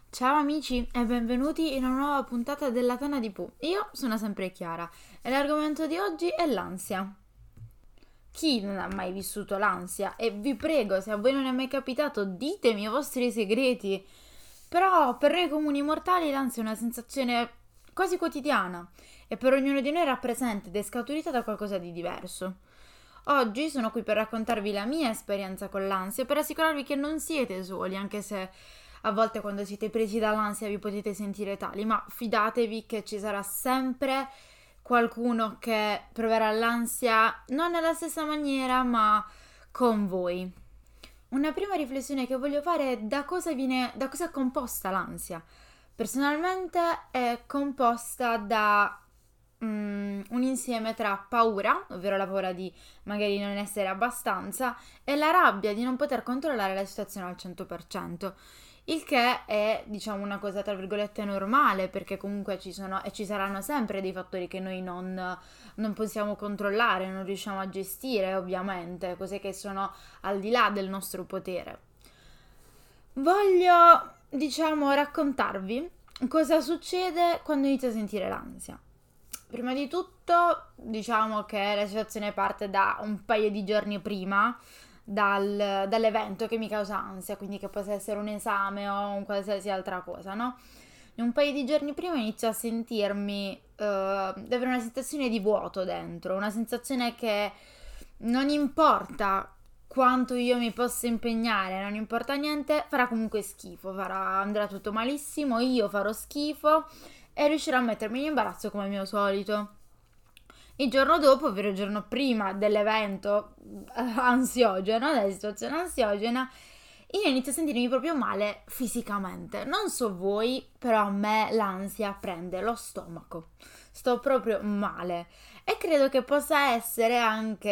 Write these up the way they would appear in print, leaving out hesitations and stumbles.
Ciao amici e benvenuti in una nuova puntata della Tana di Pooh. Io sono sempre Chiara e l'argomento di oggi è l'ansia. Chi non ha mai vissuto l'ansia? E vi prego, se a voi non è mai capitato, ditemi i vostri segreti. Però per noi comuni mortali l'ansia è una sensazione quasi quotidiana e per ognuno di noi rappresenta ed è scaturita da qualcosa di diverso. Oggi sono qui per raccontarvi la mia esperienza con l'ansia e per assicurarvi che non siete soli, anche se a volte quando siete presi dall'ansia vi potete sentire tali, ma fidatevi che ci sarà sempre qualcuno che proverà l'ansia non nella stessa maniera, ma con voi. Una prima riflessione che voglio fare è da cosa è composta l'ansia. Personalmente è composta da un insieme tra paura, ovvero la paura di magari non essere abbastanza, e la rabbia di non poter controllare la situazione al 100%. Il che è, diciamo, una cosa tra virgolette normale, perché comunque ci sono e ci saranno sempre dei fattori che noi non possiamo controllare, non riusciamo a gestire, ovviamente, cose che sono al di là del nostro potere. Voglio, diciamo, raccontarvi cosa succede quando inizio a sentire l'ansia. Prima di tutto, diciamo che la situazione parte da un paio di giorni prima dall'evento che mi causa ansia, quindi che possa essere un esame o un qualsiasi altra cosa, no? Un paio di giorni prima inizio a sentirmi, di avere una sensazione di vuoto dentro, una sensazione che non importa quanto io mi possa impegnare, non importa niente, farà comunque schifo, andrà tutto malissimo, io farò schifo e riuscirò a mettermi in imbarazzo come mio solito. Il giorno dopo, ovvero il giorno prima dell'evento ansiogeno, della situazione ansiogena, io inizio a sentirmi proprio male fisicamente. Non so voi, però a me l'ansia prende lo stomaco. Sto proprio male. E credo che possa essere anche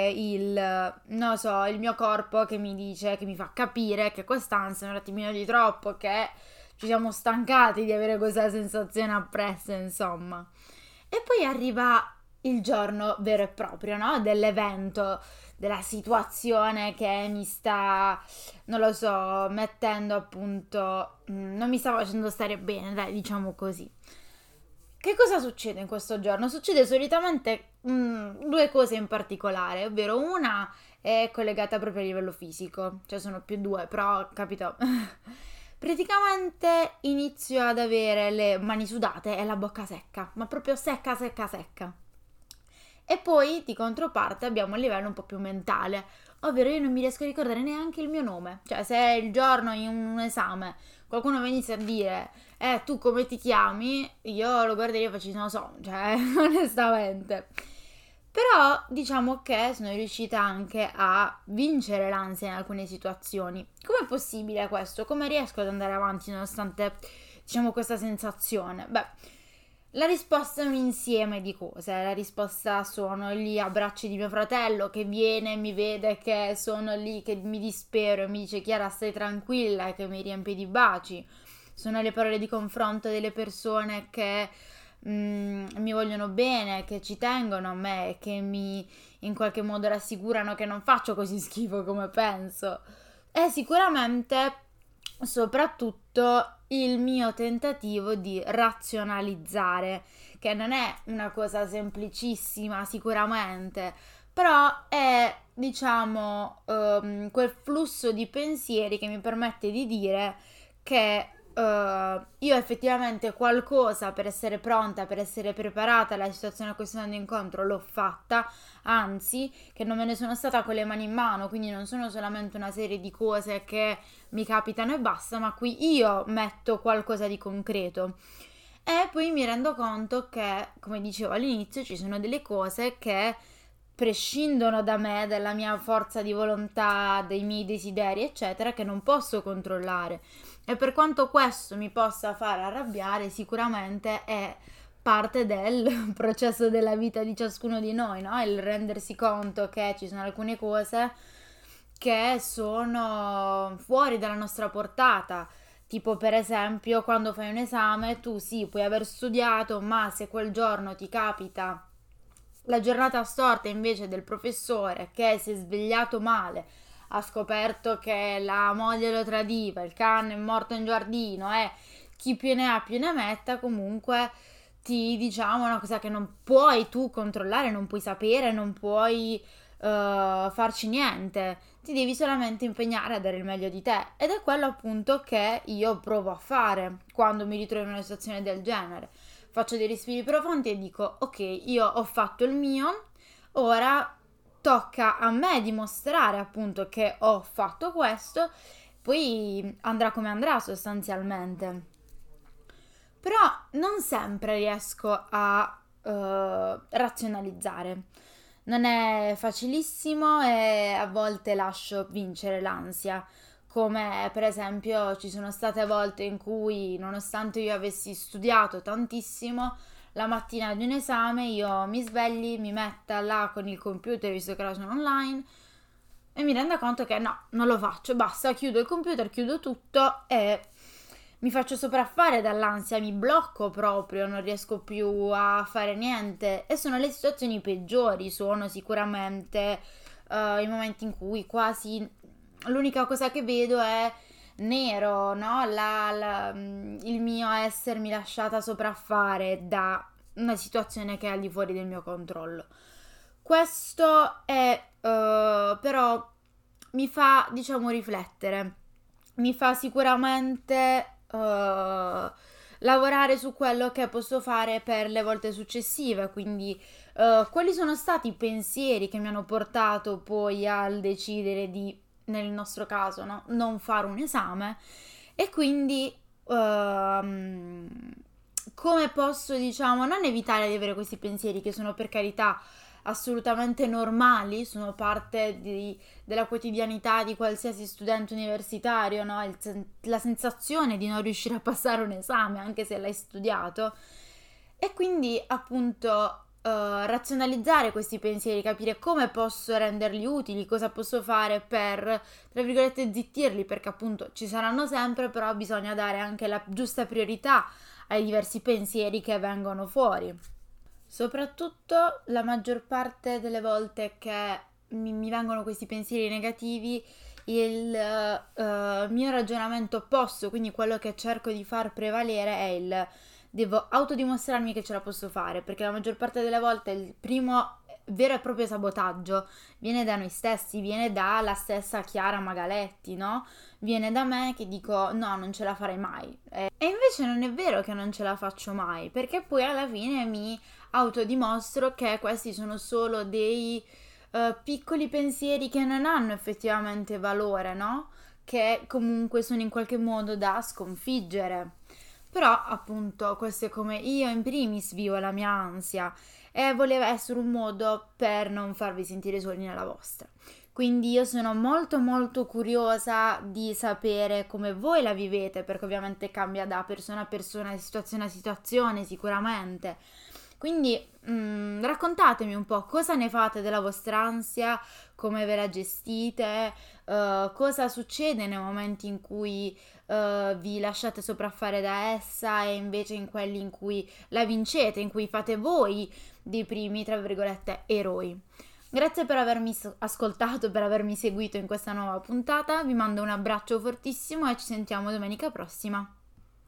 non lo so, il mio corpo che mi dice, che mi fa capire che quest'ansia è un attimino di troppo, che ci siamo stancati di avere questa sensazione appresso, insomma. E poi arriva il giorno vero e proprio, no? Dell'evento, della situazione che mi sta, non lo so, mettendo appunto, non mi sta facendo stare bene, dai, diciamo così. Che cosa succede in questo giorno? Succede solitamente due cose in particolare, ovvero una è collegata proprio a livello fisico, cioè sono più due, però capito. Praticamente inizio ad avere le mani sudate e la bocca secca, ma proprio secca, secca, secca. E poi di controparte abbiamo il livello un po' più mentale, ovvero io non mi riesco a ricordare neanche il mio nome. Cioè se il giorno in un esame qualcuno venisse a dire tu come ti chiami? Io lo guarderei e faccio non lo so, cioè onestamente. Però diciamo che sono riuscita anche a vincere l'ansia in alcune situazioni. Com'è possibile questo? Come riesco ad andare avanti nonostante, diciamo, questa sensazione? Beh, la risposta è un insieme di cose. La risposta sono gli abbracci di mio fratello che viene e mi vede che sono lì, che mi dispero e mi dice Chiara stai tranquilla e che mi riempie di baci. Sono le parole di confronto delle persone che mi vogliono bene, che ci tengono a me e che mi in qualche modo rassicurano che non faccio così schifo come penso. E sicuramente, soprattutto, il mio tentativo di razionalizzare, che non è una cosa semplicissima sicuramente, però è, diciamo, quel flusso di pensieri che mi permette di dire che io effettivamente qualcosa per essere pronta, per essere preparata alla situazione a cui sto andando incontro l'ho fatta, anzi che non me ne sono stata con le mani in mano, quindi non sono solamente una serie di cose che mi capitano e basta, ma qui io metto qualcosa di concreto. E poi mi rendo conto che, come dicevo all'inizio, ci sono delle cose che prescindono da me, dalla mia forza di volontà, dai miei desideri, eccetera, che non posso controllare. E per quanto questo mi possa far arrabbiare, sicuramente è parte del processo della vita di ciascuno di noi, no? Il rendersi conto che ci sono alcune cose che sono fuori dalla nostra portata. Tipo per esempio quando fai un esame tu sì puoi aver studiato, ma se quel giorno ti capita la giornata storta invece del professore che si è svegliato male, ha scoperto che la moglie lo tradiva, il cane è morto in giardino e chi più ne ha più ne metta, comunque diciamo una cosa che non puoi tu controllare, non puoi sapere, non puoi farci niente, ti devi solamente impegnare a dare il meglio di te, ed è quello appunto che io provo a fare quando mi ritrovo in una situazione del genere. Faccio dei respiri profondi e dico: ok, io ho fatto il mio, ora tocca a me dimostrare appunto che ho fatto questo, poi andrà come andrà sostanzialmente. Però non sempre riesco a razionalizzare. Non è facilissimo e a volte lascio vincere l'ansia, come per esempio ci sono state volte in cui, nonostante io avessi studiato tantissimo, la mattina di un esame io mi svegli, mi metta là con il computer, visto che ora sono online, e mi rendo conto che no, non lo faccio, basta, chiudo il computer, chiudo tutto e mi faccio sopraffare dall'ansia, mi blocco proprio, non riesco più a fare niente, e sono le situazioni peggiori, sono sicuramente i momenti in cui quasi l'unica cosa che vedo è nero, no? Il mio essermi lasciata sopraffare da una situazione che è al di fuori del mio controllo. Questo è però mi fa, diciamo, riflettere, mi fa sicuramente lavorare su quello che posso fare per le volte successive, quindi quali sono stati i pensieri che mi hanno portato poi al decidere di, nel nostro caso, no, non fare un esame, e quindi come posso, diciamo, non evitare di avere questi pensieri che sono, per carità, assolutamente normali, sono parte della quotidianità di qualsiasi studente universitario, no? La sensazione di non riuscire a passare un esame anche se l'hai studiato, e quindi appunto razionalizzare questi pensieri, capire come posso renderli utili, cosa posso fare per, tra virgolette, zittirli, perché appunto ci saranno sempre, però bisogna dare anche la giusta priorità ai diversi pensieri che vengono fuori. Soprattutto la maggior parte delle volte che mi vengono questi pensieri negativi, il mio ragionamento opposto, quindi quello che cerco di far prevalere, è il: devo autodimostrarmi che ce la posso fare, perché la maggior parte delle volte il primo vero e proprio sabotaggio viene da noi stessi, viene dalla stessa Chiara Magaletti, no? Viene da me che dico: no, non ce la farei mai, e invece non è vero che non ce la faccio mai, perché poi alla fine mi autodimostro che questi sono solo dei piccoli pensieri che non hanno effettivamente valore, no? Che comunque sono in qualche modo da sconfiggere. Però appunto questo è come io in primis vivo la mia ansia, e voleva essere un modo per non farvi sentire soli nella vostra. Quindi io sono molto molto curiosa di sapere come voi la vivete, perché ovviamente cambia da persona a persona, di situazione a situazione sicuramente. Quindi raccontatemi un po' cosa ne fate della vostra ansia, come ve la gestite, cosa succede nei momenti in cui vi lasciate sopraffare da essa, e invece in quelli in cui la vincete, in cui fate voi dei primi, tra virgolette, eroi. Grazie per avermi ascoltato, per avermi seguito in questa nuova puntata, vi mando un abbraccio fortissimo e ci sentiamo domenica prossima.